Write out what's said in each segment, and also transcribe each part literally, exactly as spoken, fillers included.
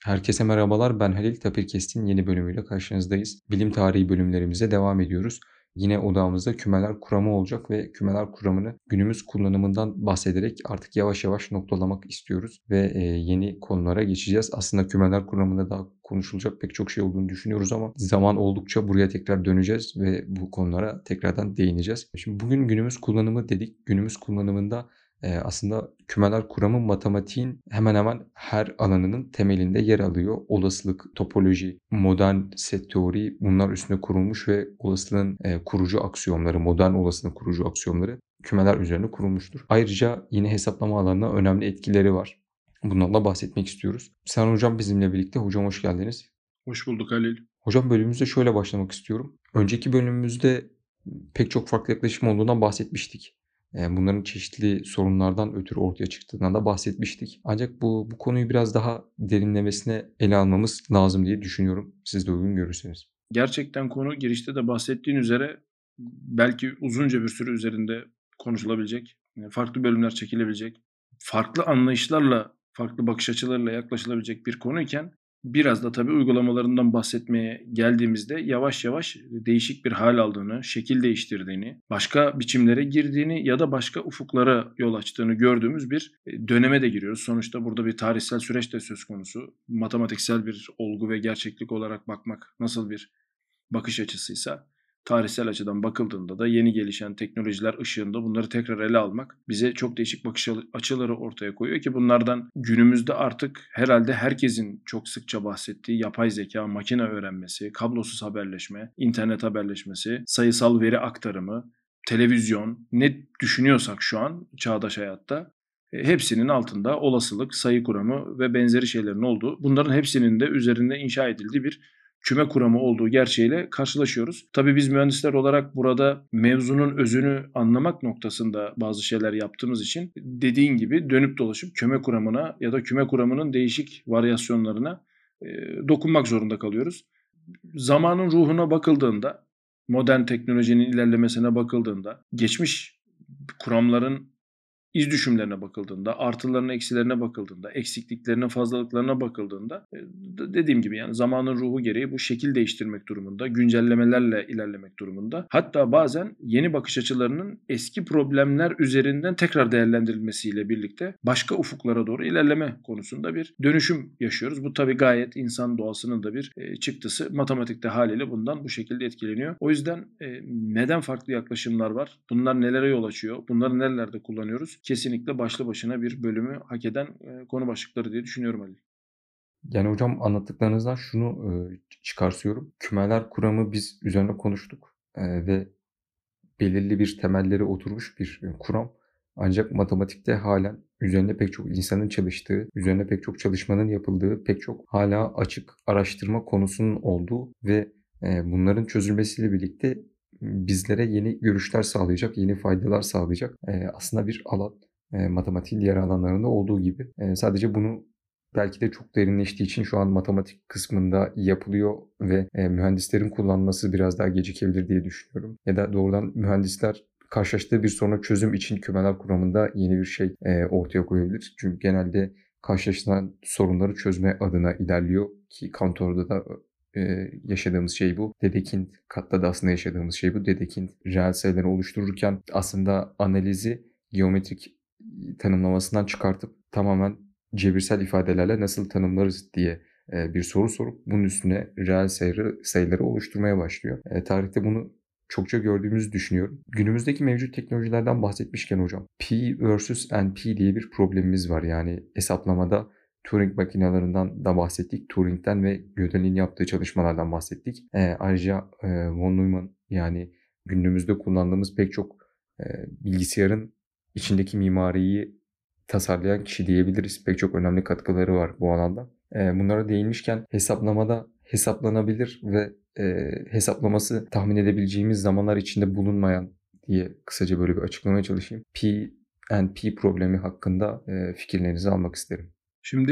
Herkese merhabalar, ben Halil. Tapirkest'in yeni bölümüyle karşınızdayız. Bilim tarihi bölümlerimize devam ediyoruz. Yine odağımızda kümeler kuramı olacak ve kümeler kuramını günümüz kullanımından bahsederek artık yavaş yavaş noktalamak istiyoruz ve e, yeni konulara geçeceğiz. Aslında kümeler kuramında daha konuşulacak pek çok şey olduğunu düşünüyoruz ama zaman oldukça buraya tekrar döneceğiz ve bu konulara tekrardan değineceğiz. Şimdi bugün günümüz kullanımı dedik. Günümüz kullanımında Eee, aslında kümeler kuramı matematiğin hemen hemen her alanının temelinde yer alıyor. Olasılık, topoloji, modern set teori bunlar üstüne kurulmuş ve olasılığın eee, kurucu aksiyomları, modern olasılığın kurucu aksiyomları kümeler üzerine kurulmuştur. Ayrıca yine hesaplama alanına önemli etkileri var. Bundan bahsetmek istiyoruz. Sen hocam bizimle birlikte. Hocam hoş geldiniz. Hoş bulduk Halil. Hocam bölümümüze şöyle başlamak istiyorum. Önceki bölümümüzde pek çok farklı yaklaşım olduğundan bahsetmiştik. Eee, bunların çeşitli sorunlardan ötürü ortaya çıktığından da bahsetmiştik. Ancak bu bu konuyu biraz daha derinlemesine ele almamız lazım diye düşünüyorum. Siz de uygun görürseniz. Gerçekten konu girişte de bahsettiğin üzere belki uzunca bir süre üzerinde konuşulabilecek, eee, farklı bölümler çekilebilecek, farklı anlayışlarla, farklı bakış açılarıyla yaklaşılabilecek bir konuyken biraz da tabii uygulamalarından bahsetmeye geldiğimizde yavaş yavaş değişik bir hal aldığını, şekil değiştirdiğini, başka biçimlere girdiğini ya da başka ufuklara yol açtığını gördüğümüz bir, eee, döneme de giriyoruz. Sonuçta burada bir tarihsel süreç de söz konusu. Matematiksel bir olgu ve gerçeklik olarak bakmak nasıl bir bakış açısıysa tarihsel açıdan bakıldığında da yeni gelişen teknolojiler ışığında bunları tekrar ele almak bize çok değişik bakış açıları ortaya koyuyor ki bunlardan günümüzde artık herhalde herkesin çok sıkça bahsettiği yapay zeka, makine öğrenmesi, kablosuz haberleşme, internet haberleşmesi, sayısal veri aktarımı, televizyon ne düşünüyorsak şu an çağdaş hayatta e, hepsinin altında olasılık, sayı kuramı ve benzeri şeylerin olduğu, bunların hepsinin de üzerinde inşa edildiği bir küme kuramı olduğu gerçeğiyle karşılaşıyoruz. Tabii biz mühendisler olarak burada mevzunun özünü anlamak noktasında bazı şeyler yaptığımız için dediğin gibi dönüp dolaşıp küme kuramına ya da küme kuramının değişik varyasyonlarına e, dokunmak zorunda kalıyoruz. Zamanın ruhuna bakıldığında, modern teknolojinin ilerlemesine bakıldığında, geçmiş kuramların İz düşümlerine bakıldığında, artılarına, eksilerine bakıldığında, eksikliklerine, fazlalıklarına bakıldığında e, dediğim gibi yani zamanın ruhu gereği bu şekil değiştirmek durumunda, güncellemelerle ilerlemek durumunda. Hatta bazen yeni bakış açılarının eski problemler üzerinden tekrar değerlendirilmesiyle birlikte başka ufuklara doğru ilerleme konusunda bir dönüşüm yaşıyoruz. Bu tabii gayet insan doğasının da bir e, çıktısı. Matematikte haliyle bundan bu şekilde etkileniyor. O yüzden e, neden farklı yaklaşımlar var? Bunlar nelere yol açıyor? Bunları nerelerde kullanıyoruz? Kesinlikle başlı başına bir bölümü hak eden e, konu başlıkları diye düşünüyorum Ali. Yani hocam anlattıklarınızdan şunu eee, çıkarsıyorum. Kümeler kuramı biz üzerine konuştuk eee, ve belirli bir temelleri oturmuş bir, eee, kuram. Ancak matematikte hâlen üzerinde pek çok insanın çalıştığı, üzerine pek çok çalışmanın yapıldığı, pek çok hâlâ açık araştırma konusunun olduğu ve, eee, bunların çözülmesiyle birlikte bizlere yeni görüşler sağlayacak, yeni faydalar sağlayacak, eee, aslında bir alan. Eee, matematiğin diğer alanlarında olduğu gibi. Eee, sadece bunu belki de çok derinleştiği için şu an matematik kısmında yapılıyor ve, eee, mühendislerin kullanması biraz daha gecikebilir diye düşünüyorum. Ya da doğrudan mühendisler karşılaştığı bir soruna çözüm için kümeler kuramında yeni bir şey, eee, ortaya koyabilir. Çünkü genelde karşılaşılan sorunları çözme adına ilerliyor ki Cantor'da da, eee, yaşadığımız şey bu. Dedekind katta da aslında yaşadığımız şey bu. Dedekind reel sayıları oluştururken aslında analizi geometrik tanımlamasından çıkartıp tamamen cebirsel ifadelerle nasıl tanımlarız diye eee, bir soru sorup bunun üstüne reel sayıları, sayıları oluşturmaya başlıyor. Eee, tarihte bunu çokça gördüğümüzü düşünüyorum. Günümüzdeki mevcut teknolojilerden bahsetmişken hocam, P versus N P diye bir problemimiz var. Yani hesaplamada Turing makinelerinden de bahsettik. Turing'den ve Gödel'in yaptığı çalışmalardan bahsettik. Eee, ayrıca eee, von Neumann yani günümüzde kullandığımız pek çok eee, bilgisayarın içindeki mimariyi tasarlayan kişi diyebiliriz. Pek çok önemli katkıları var bu alanda. Eee, bunlara değinmişken hesaplamada hesaplanabilir ve eee, hesaplaması tahmin edebileceğimiz zamanlar içinde bulunmayan diye kısaca böyle bir açıklamaya çalışayım. P and P problemi hakkında eee, fikirlerinizi almak isterim. Şimdi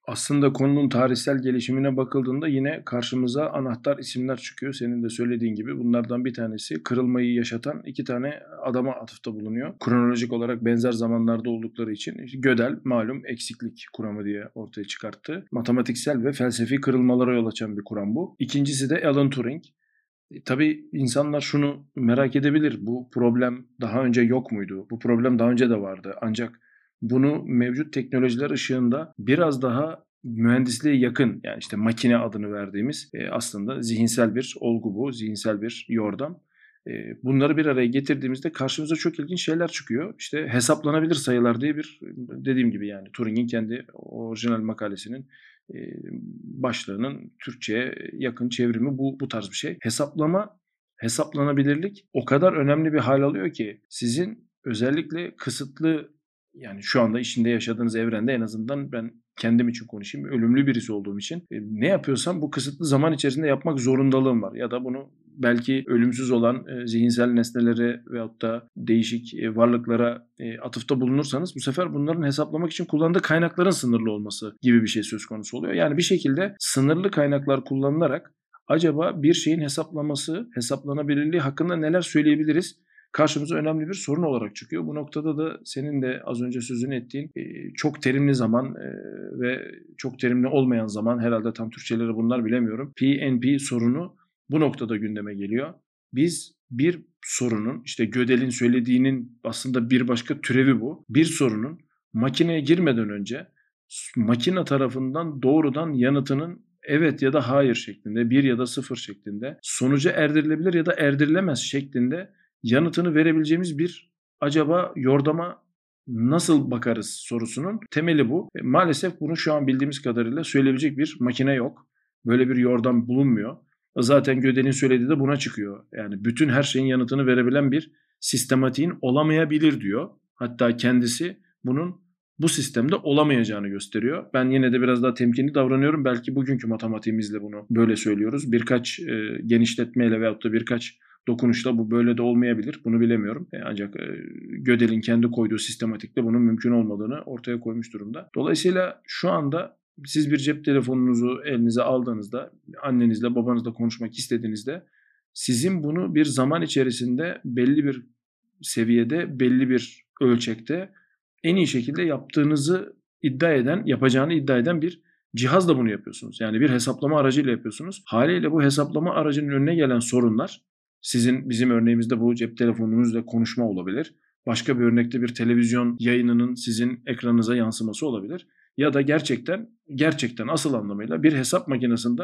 Aslında konunun tarihsel gelişimine bakıldığında yine karşımıza anahtar isimler çıkıyor. Senin de söylediğin gibi bunlardan bir tanesi kırılmayı yaşatan iki tane adama atıfta bulunuyor. Kronolojik olarak benzer zamanlarda oldukları için işte Gödel malum eksiklik kuramı diye ortaya çıkarttı. Matematiksel ve felsefi kırılmalara yol açan bir kuram bu. İkincisi de Alan Turing. E, tabii insanlar şunu merak edebilir. Bu problem daha önce yok muydu? Bu problem daha önce de vardı. Ancak bunu mevcut teknolojiler ışığında biraz daha mühendisliğe yakın, yani işte makine adını verdiğimiz e, aslında zihinsel bir olgu bu, zihinsel bir yordam. E, bunları bir araya getirdiğimizde karşımıza çok ilginç şeyler çıkıyor. İşte hesaplanabilir sayılar diye bir, dediğim gibi yani Turing'in kendi orijinal makalesinin e, başlığının Türkçe'ye yakın çevrimi bu, bu tarz bir şey. Hesaplama, hesaplanabilirlik o kadar önemli bir hal alıyor ki sizin özellikle kısıtlı, yani şu anda içinde yaşadığınız evrende, en azından ben kendim için konuşayım, ölümlü birisi olduğum için e, ne yapıyorsam bu kısıtlı zaman içerisinde yapmak zorundalığım var. Ya da bunu belki ölümsüz olan e, zihinsel nesnelere veyahut da değişik e, varlıklara e, atıfta bulunursanız bu sefer bunların hesaplamak için kullandığı kaynakların sınırlı olması gibi bir şey söz konusu oluyor. Yani bir şekilde sınırlı kaynaklar kullanılarak acaba bir şeyin hesaplaması, hesaplanabilirliği hakkında neler söyleyebiliriz? Karşımıza önemli bir sorun olarak çıkıyor. Bu noktada da senin de az önce sözünü ettiğin e, çok terimli zaman e, ve çok terimli olmayan zaman, herhalde tam Türkçeleri bunlar bilemiyorum. P N P sorunu bu noktada gündeme geliyor. Biz bir sorunun, işte Gödel'in söylediğinin aslında bir başka türevi bu. Bir sorunun makineye girmeden önce makine tarafından doğrudan yanıtının evet ya da hayır şeklinde, bir ya da sıfır şeklinde, sonuca erdirilebilir ya da erdirilemez şeklinde yanıtını verebileceğimiz bir acaba yordama nasıl bakarız sorusunun temeli bu. E, maalesef bunu şu an bildiğimiz kadarıyla söyleyebilecek bir makine yok. Böyle bir yordam bulunmuyor. Zaten Gödel'in söylediği de buna çıkıyor. Yani bütün her şeyin yanıtını verebilen bir sistematiğin olamayabilir diyor. Hatta kendisi bunun bu sistemde olamayacağını gösteriyor. Ben yine de biraz daha temkinli davranıyorum. Belki bugünkü matematiğimizle bunu böyle söylüyoruz. Birkaç e, genişletmeyle veyahut da birkaç dokunuşla bu böyle de olmayabilir. Bunu bilemiyorum. E, ancak e, Gödel'in kendi koyduğu sistematikle bunun mümkün olmadığını ortaya koymuş durumda. Dolayısıyla şu anda siz bir cep telefonunuzu elinize aldığınızda, annenizle babanızla konuşmak istediğinizde sizin bunu bir zaman içerisinde belli bir seviyede, belli bir ölçekte en iyi şekilde yaptığınızı iddia eden, yapacağını iddia eden bir cihazla bunu yapıyorsunuz. Yani bir hesaplama aracıyla yapıyorsunuz. Haliyle bu hesaplama aracının önüne gelen sorunlar, sizin bizim örneğimizde bu cep telefonunuzla konuşma olabilir. Başka bir örnekte bir televizyon yayınının sizin ekranınıza yansıması olabilir. Ya da gerçekten gerçekten asıl anlamıyla bir hesap makinesinde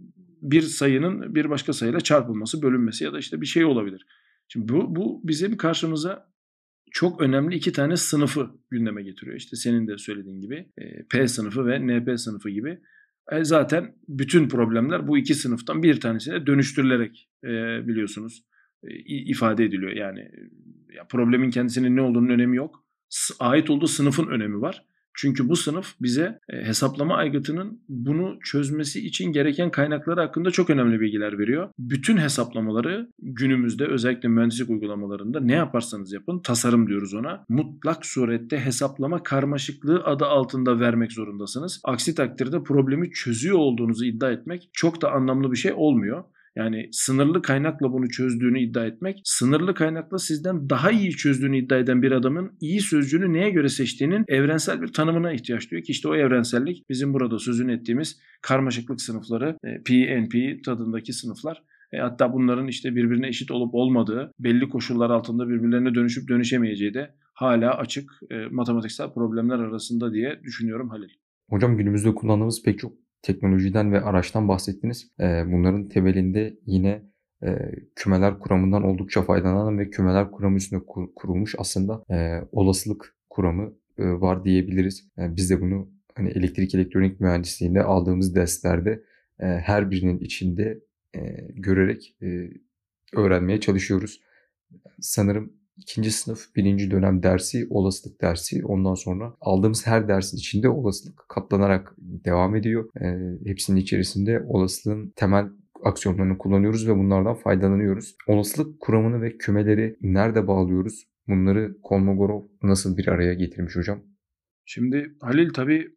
bir sayının bir başka sayıyla çarpılması, bölünmesi ya da işte bir şey olabilir. Şimdi bu, bu bizim karşımıza çok önemli iki tane sınıfı gündeme getiriyor. İşte senin de söylediğin gibi e, P sınıfı ve N P sınıfı gibi. E, zaten bütün problemler bu iki sınıftan bir tanesine dönüştürülerek e, biliyorsunuz e, ifade ediliyor. Yani ya problemin kendisinin ne olduğunun önemi yok. S- ait olduğu sınıfın önemi var. Çünkü bu sınıf bize e, hesaplama aygıtının bunu çözmesi için gereken kaynakları hakkında çok önemli bilgiler veriyor. Bütün hesaplamaları günümüzde özellikle mühendislik uygulamalarında ne yaparsanız yapın, tasarım diyoruz ona, mutlak surette hesaplama karmaşıklığı adı altında vermek zorundasınız. Aksi takdirde problemi çözüyor olduğunuzu iddia etmek çok da anlamlı bir şey olmuyor. Yani sınırlı kaynakla bunu çözdüğünü iddia etmek, sınırlı kaynakla sizden daha iyi çözdüğünü iddia eden bir adamın iyi sözcüğünü neye göre seçtiğinin evrensel bir tanımına ihtiyaç duyuyor ki işte o evrensellik bizim burada sözünü ettiğimiz karmaşıklık sınıfları, P N P tadındaki sınıflar. E, hatta bunların işte birbirine eşit olup olmadığı, belli koşullar altında birbirlerine dönüşüp dönüşemeyeceği de hala açık e, matematiksel problemler arasında diye düşünüyorum Halil. Hocam günümüzde kullandığımız pek çok teknolojiden ve araçtan bahsettiniz. Eee, bunların temelinde yine eee, kümeler kuramından oldukça faydalanan ve kümeler kuramı üstüne ku- kurulmuş aslında eee, olasılık kuramı eee, var diyebiliriz. Eee, biz de bunu hani elektrik elektronik mühendisliğinde aldığımız derslerde eee, her birinin içinde eee, görerek eee, öğrenmeye çalışıyoruz. Sanırım ikinci sınıf birinci dönem dersi olasılık dersi. Ondan sonra aldığımız her dersin içinde olasılık katlanarak devam ediyor. Eee, hepsinin içerisinde olasılığın temel aksiyonlarını kullanıyoruz ve bunlardan faydalanıyoruz. Olasılık kuramını ve kümeleri nerede bağlıyoruz? Bunları Kolmogorov nasıl bir araya getirmiş hocam? Şimdi Halil, tabii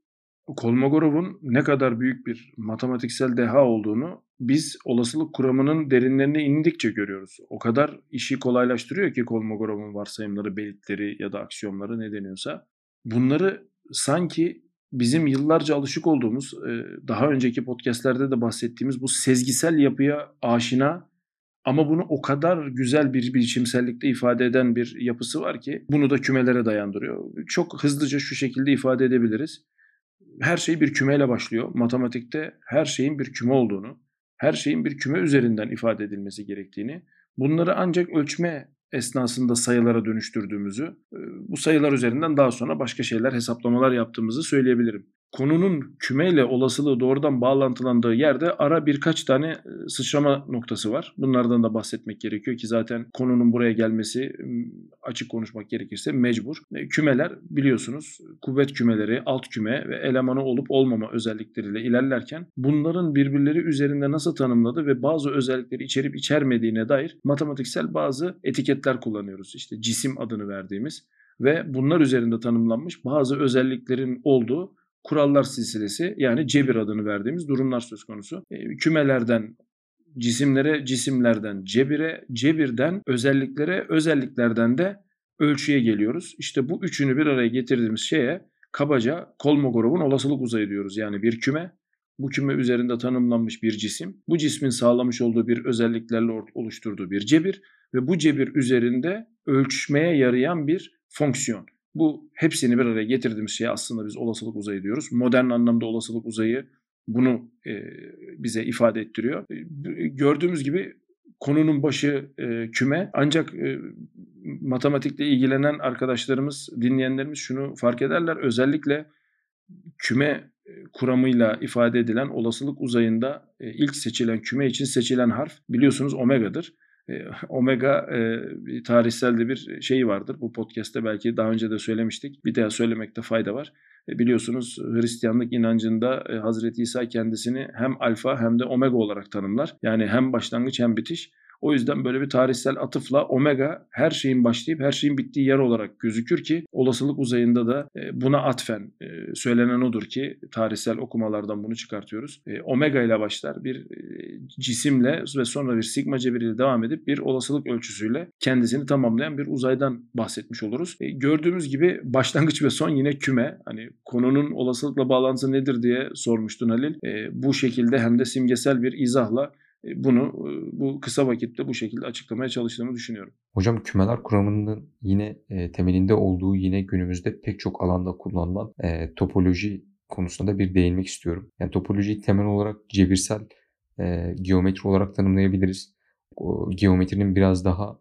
Kolmogorov'un ne kadar büyük bir matematiksel deha olduğunu biz olasılık kuramının derinlerine indikçe görüyoruz. O kadar işi kolaylaştırıyor ki Kolmogorov'un varsayımları, belirtileri ya da aksiyomları ne deniyorsa. Bunları sanki bizim yıllarca alışık olduğumuz, eee, daha önceki podcast'lerde de bahsettiğimiz bu sezgisel yapıya aşina ama bunu o kadar güzel bir biçimsellikte ifade eden bir yapısı var ki bunu da kümelere dayandırıyor. Çok hızlıca şu şekilde ifade edebiliriz. Her şey bir kümeyle başlıyor. Matematikte her şeyin bir küme olduğunu, her şeyin bir küme üzerinden ifade edilmesi gerektiğini, bunları ancak ölçme esnasında sayılara dönüştürdüğümüzü, eee, bu sayılar üzerinden daha sonra başka şeyler, hesaplamalar yaptığımızı söyleyebilirim. Konunun kümeyle olasılığı doğrudan bağlantılandığı yerde ara birkaç tane eee, sıçrama noktası var. Bunlardan da bahsetmek gerekiyor ki zaten konunun buraya gelmesi, ımm, açık konuşmak gerekirse mecbur. E, kümeler biliyorsunuz kuvvet kümeleri, alt küme ve elemanı olup olmama özellikleriyle ilerlerken bunların birbirleri üzerinde nasıl tanımladığı ve bazı özellikleri içerip içermediğine dair matematiksel bazı etiketler kullanıyoruz. İşte cisim adını verdiğimiz ve bunlar üzerinde tanımlanmış bazı özelliklerin olduğu kurallar silsilesi, yani cebir adını verdiğimiz durumlar söz konusu. E, kümelerden cisimlere, cisimlerden cebire, cebirden özelliklere, özelliklerden de ölçüye geliyoruz. İşte bu üçünü bir araya getirdiğimiz şeye kabaca Kolmogorov'un olasılık uzayı diyoruz. Yani bir küme, bu küme üzerinde tanımlanmış bir cisim, bu cismin sağlamış olduğu bir özelliklerle oluşturduğu bir cebir ve bu cebir üzerinde ölçmeye yarayan bir fonksiyon. Bu hepsini bir araya getirdiğimiz şeye aslında biz olasılık uzayı diyoruz. Modern anlamda olasılık uzayı bunu e, bize ifade ettiriyor. E, gördüğümüz gibi konunun başı e, küme, ancak e, matematikle ilgilenen arkadaşlarımız, dinleyenlerimiz şunu fark ederler. Özellikle küme e, kuramıyla ifade edilen olasılık uzayında e, ilk seçilen küme için seçilen harf biliyorsunuz omega'dır. E, omega e, tarihsel de bir şey vardır. Bu podcast'te belki daha önce de söylemiştik. Bir daha söylemekte fayda var. E, biliyorsunuz Hristiyanlık inancında e, Hazreti İsa kendisini hem alfa hem de omega olarak tanımlar. Yani hem başlangıç hem bitiş. O yüzden böyle bir tarihsel atıfla omega her şeyin başlayıp her şeyin bittiği yer olarak gözükür ki olasılık uzayında da e, buna atfen e, söylenen odur ki tarihsel okumalardan bunu çıkartıyoruz. E, omega ile başlar bir e, cisimle ve sonra bir sigma cebiriyle devam edip bir olasılık ölçüsüyle kendisini tamamlayan bir uzaydan bahsetmiş oluruz. E, gördüğümüz gibi başlangıç ve son yine küme. Hani konunun olasılıkla bağlantısı nedir diye sormuştun Halil. E, bu şekilde hem de simgesel bir izahla bunu bu kısa vakitte bu şekilde açıklamaya çalıştığımı düşünüyorum. Hocam kümeler kuramının yine e, temelinde olduğu yine günümüzde pek çok alanda kullanılan e, topoloji konusunda bir değinmek istiyorum. Yani topolojiyi temel olarak cebirsel e, geometri olarak tanımlayabiliriz. O, geometrinin biraz daha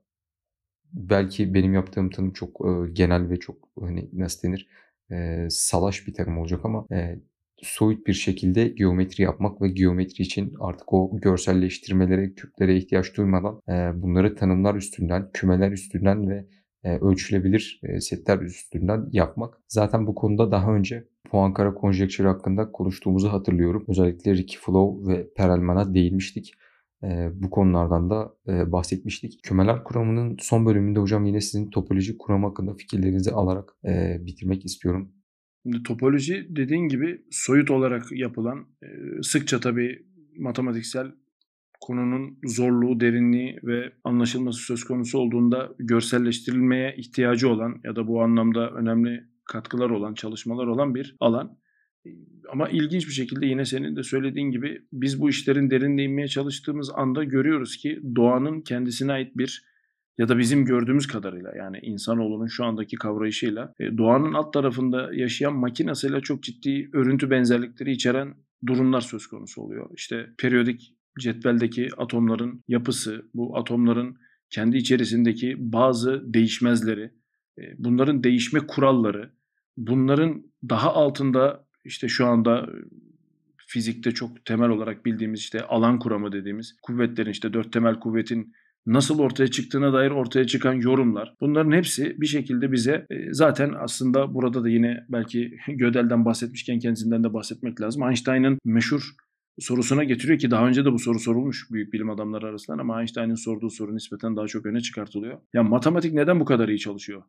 belki benim yaptığım tanım çok e, genel ve çok hani nasıl denir e, salaş bir tanım olacak ama e, soyut bir şekilde geometri yapmak ve geometri için artık o görselleştirmelere, küplere ihtiyaç duymadan e, bunları tanımlar üstünden, kümeler üstünden ve e, ölçülebilir e, setler üstünden yapmak. Zaten bu konuda daha önce Poincare konjektürü hakkında konuştuğumuzu hatırlıyorum. Özellikle Ricky Flau ve Perelman'a değinmiştik. Eee, bu konulardan da eee, bahsetmiştik. Kümeler kuramının son bölümünde hocam yine sizin topoloji kuramı hakkında fikirlerinizi alarak eee, bitirmek istiyorum. Şimdi topoloji dediğin gibi soyut olarak yapılan, e, sıkça tabii matematiksel konunun zorluğu, derinliği ve anlaşılması söz konusu olduğunda görselleştirilmeye ihtiyacı olan ya da bu anlamda önemli katkılar olan, çalışmalar olan bir alan. Ama ilginç bir şekilde yine senin de söylediğin gibi biz bu işlerin derinine inmeye çalıştığımız anda görüyoruz ki doğanın kendisine ait bir ya da bizim gördüğümüz kadarıyla yani insanoğlunun şu andaki kavrayışıyla e, doğanın alt tarafında yaşayan makinasıyla çok ciddi örüntü benzerlikleri içeren durumlar söz konusu oluyor. İşte periyodik cetveldeki atomların yapısı, bu atomların kendi içerisindeki bazı değişmezleri, e, bunların değişme kuralları, bunların daha altında işte şu anda fizikte çok temel olarak bildiğimiz işte alan kuramı dediğimiz kuvvetlerin işte dört temel kuvvetin nasıl ortaya çıktığına dair ortaya çıkan yorumlar. Bunların hepsi bir şekilde bize e, zaten aslında burada da yine belki Gödel'den bahsetmişken kendisinden de bahsetmek lazım. Einstein'ın meşhur sorusuna getiriyor ki daha önce de bu soru sorulmuş büyük bilim adamları arasından ama Einstein'ın sorduğu soru nispeten daha çok öne çıkartılıyor. Ya matematik neden bu kadar iyi çalışıyor?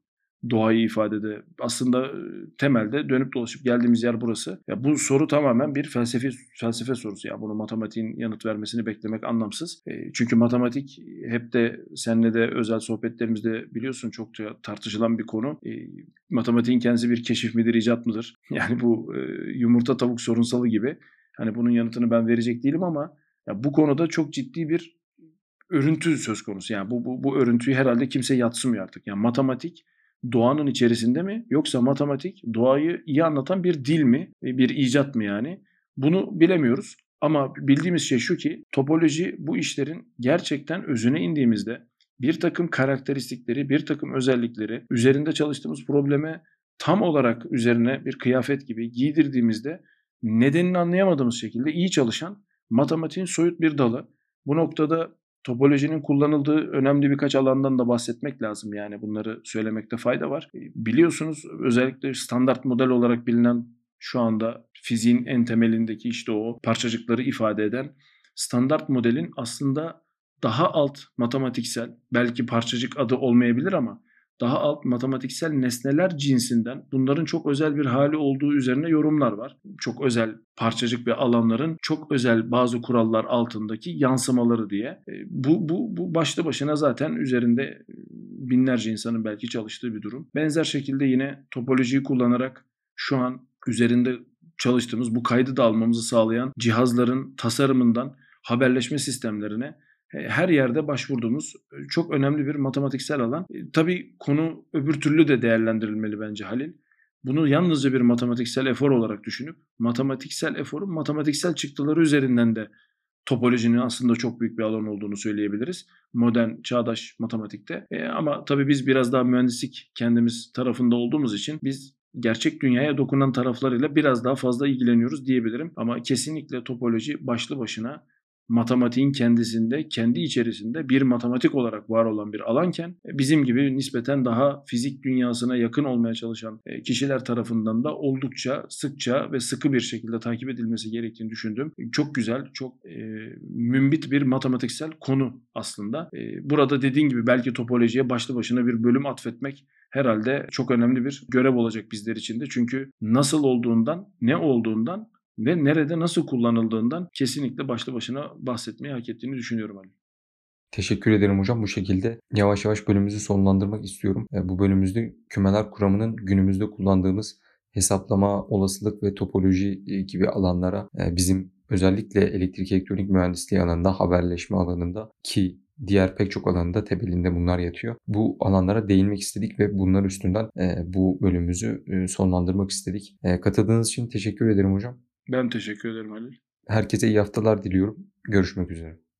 doğayı ifadede. Aslında, eee, temelde dönüp dolaşıp geldiğimiz yer burası. Ya, bu soru tamamen bir felsefi felsefe sorusu. Ya, bunu matematiğin yanıt vermesini beklemek anlamsız. Eee, çünkü matematik hep de seninle de özel sohbetlerimizde biliyorsun çokça tartışılan bir konu. Eee, matematiğin kendisi bir keşif midir, icat mıdır? Yani bu, eee, yumurta tavuk sorunsalı gibi. Hani, bunun yanıtını ben verecek değilim ama ya, bu konuda çok ciddi bir örüntü söz konusu. Yani bu bu bu örüntüyü herhâlde kimse yadsımıyor artık. Yani matematik doğanın içerisinde mi yoksa matematik doğayı iyi anlatan bir dil mi, eee, bir icat mı yani? Bunu bilemiyoruz ama bildiğimiz şey şu ki topoloji bu işlerin gerçekten özüne indiğimizde birtakım karakteristikleri, birtakım özellikleri üzerinde çalıştığımız probleme tam olarak üzerine bir kıyafet gibi giydirdiğimizde nedenini anlayamadığımız şekilde iyi çalışan matematiğin soyut bir dalı. Bu noktada topolojinin kullanıldığı önemli birkaç alandan da bahsetmek lazım. Yani bunları söylemekte fayda var. Eee, biliyorsunuz özellikle standart model olarak bilinen şu anda fiziğin en temelindeki işte o parçacıkları ifade eden standart modelin aslında daha alt matematiksel, belki parçacık adı olmayabilir ama daha alt matematiksel nesneler cinsinden bunların çok özel bir hali olduğu üzerine yorumlar var. Çok özel parçacık ve alanların çok özel bazı kurallar altındaki yansımaları diye. Eee, bu bu bu başlı başına zaten üzerinde, eee, binlerce insanın belki çalıştığı bir durum. Benzer şekilde yine topolojiyi kullanarak şu an üzerinde çalıştığımız, bu kaydı da almamızı sağlayan cihazların tasarımından haberleşme sistemlerine, eee, her yerde başvurduğumuz, eee, çok önemli bir matematiksel alan. Eee, tabii konu öbür türlü de değerlendirilmeli bence Halil. Bunu yalnızca bir matematiksel efor olarak düşünüp matematiksel eforun matematiksel çıktıları üzerinden de topolojinin aslında çok büyük bir alan olduğunu söyleyebiliriz modern, çağdaş matematikte. Eee, ama tabii biz biraz daha mühendislik kendimiz tarafında olduğumuz için biz gerçek dünyaya dokunan taraflarıyla biraz daha fazla ilgileniyoruz diyebilirim. Ama kesinlikle topoloji başlı başına matematiğin kendisinde, kendi içerisinde bir matematik olarak var olan bir alanken e, bizim gibi nispeten daha fizik dünyasına yakın olmaya çalışan e, kişiler tarafından da oldukça sıkça ve sıkı bir şekilde takip edilmesi gerektiğini düşündüğüm çok güzel, çok e, mümbit bir matematiksel konu aslında. E, burada dediğin gibi belki topolojiye başlı başına bir bölüm atfetmek herhalde çok önemli bir görev olacak bizler için de. Çünkü nasıl olduğundan, ne olduğundan ve nerede nasıl kullanıldığından kesinlikle başlı başına bahsetmeyi hak ettiğini düşünüyorum Ali. Teşekkür ederim hocam. Bu şekilde yavaş yavaş bölümümüzü sonlandırmak istiyorum. Eee, bu bölümümüzde kümeler kuramının günümüzde kullandığımız hesaplama, olasılık ve topoloji, eee, gibi alanlara, eee, bizim özellikle elektrik elektronik mühendisliği alanında, haberleşme alanında ki diğer pek çok alanda temelinde bunlar yatıyor. Bu alanlara değinmek istedik ve bunlar üstünden, eee, bu bölümümüzü, eee, sonlandırmak istedik. Eee, katıldığınız için teşekkür ederim hocam. Ben teşekkür ederim Halil. Herkese iyi haftalar diliyorum. Görüşmek üzere.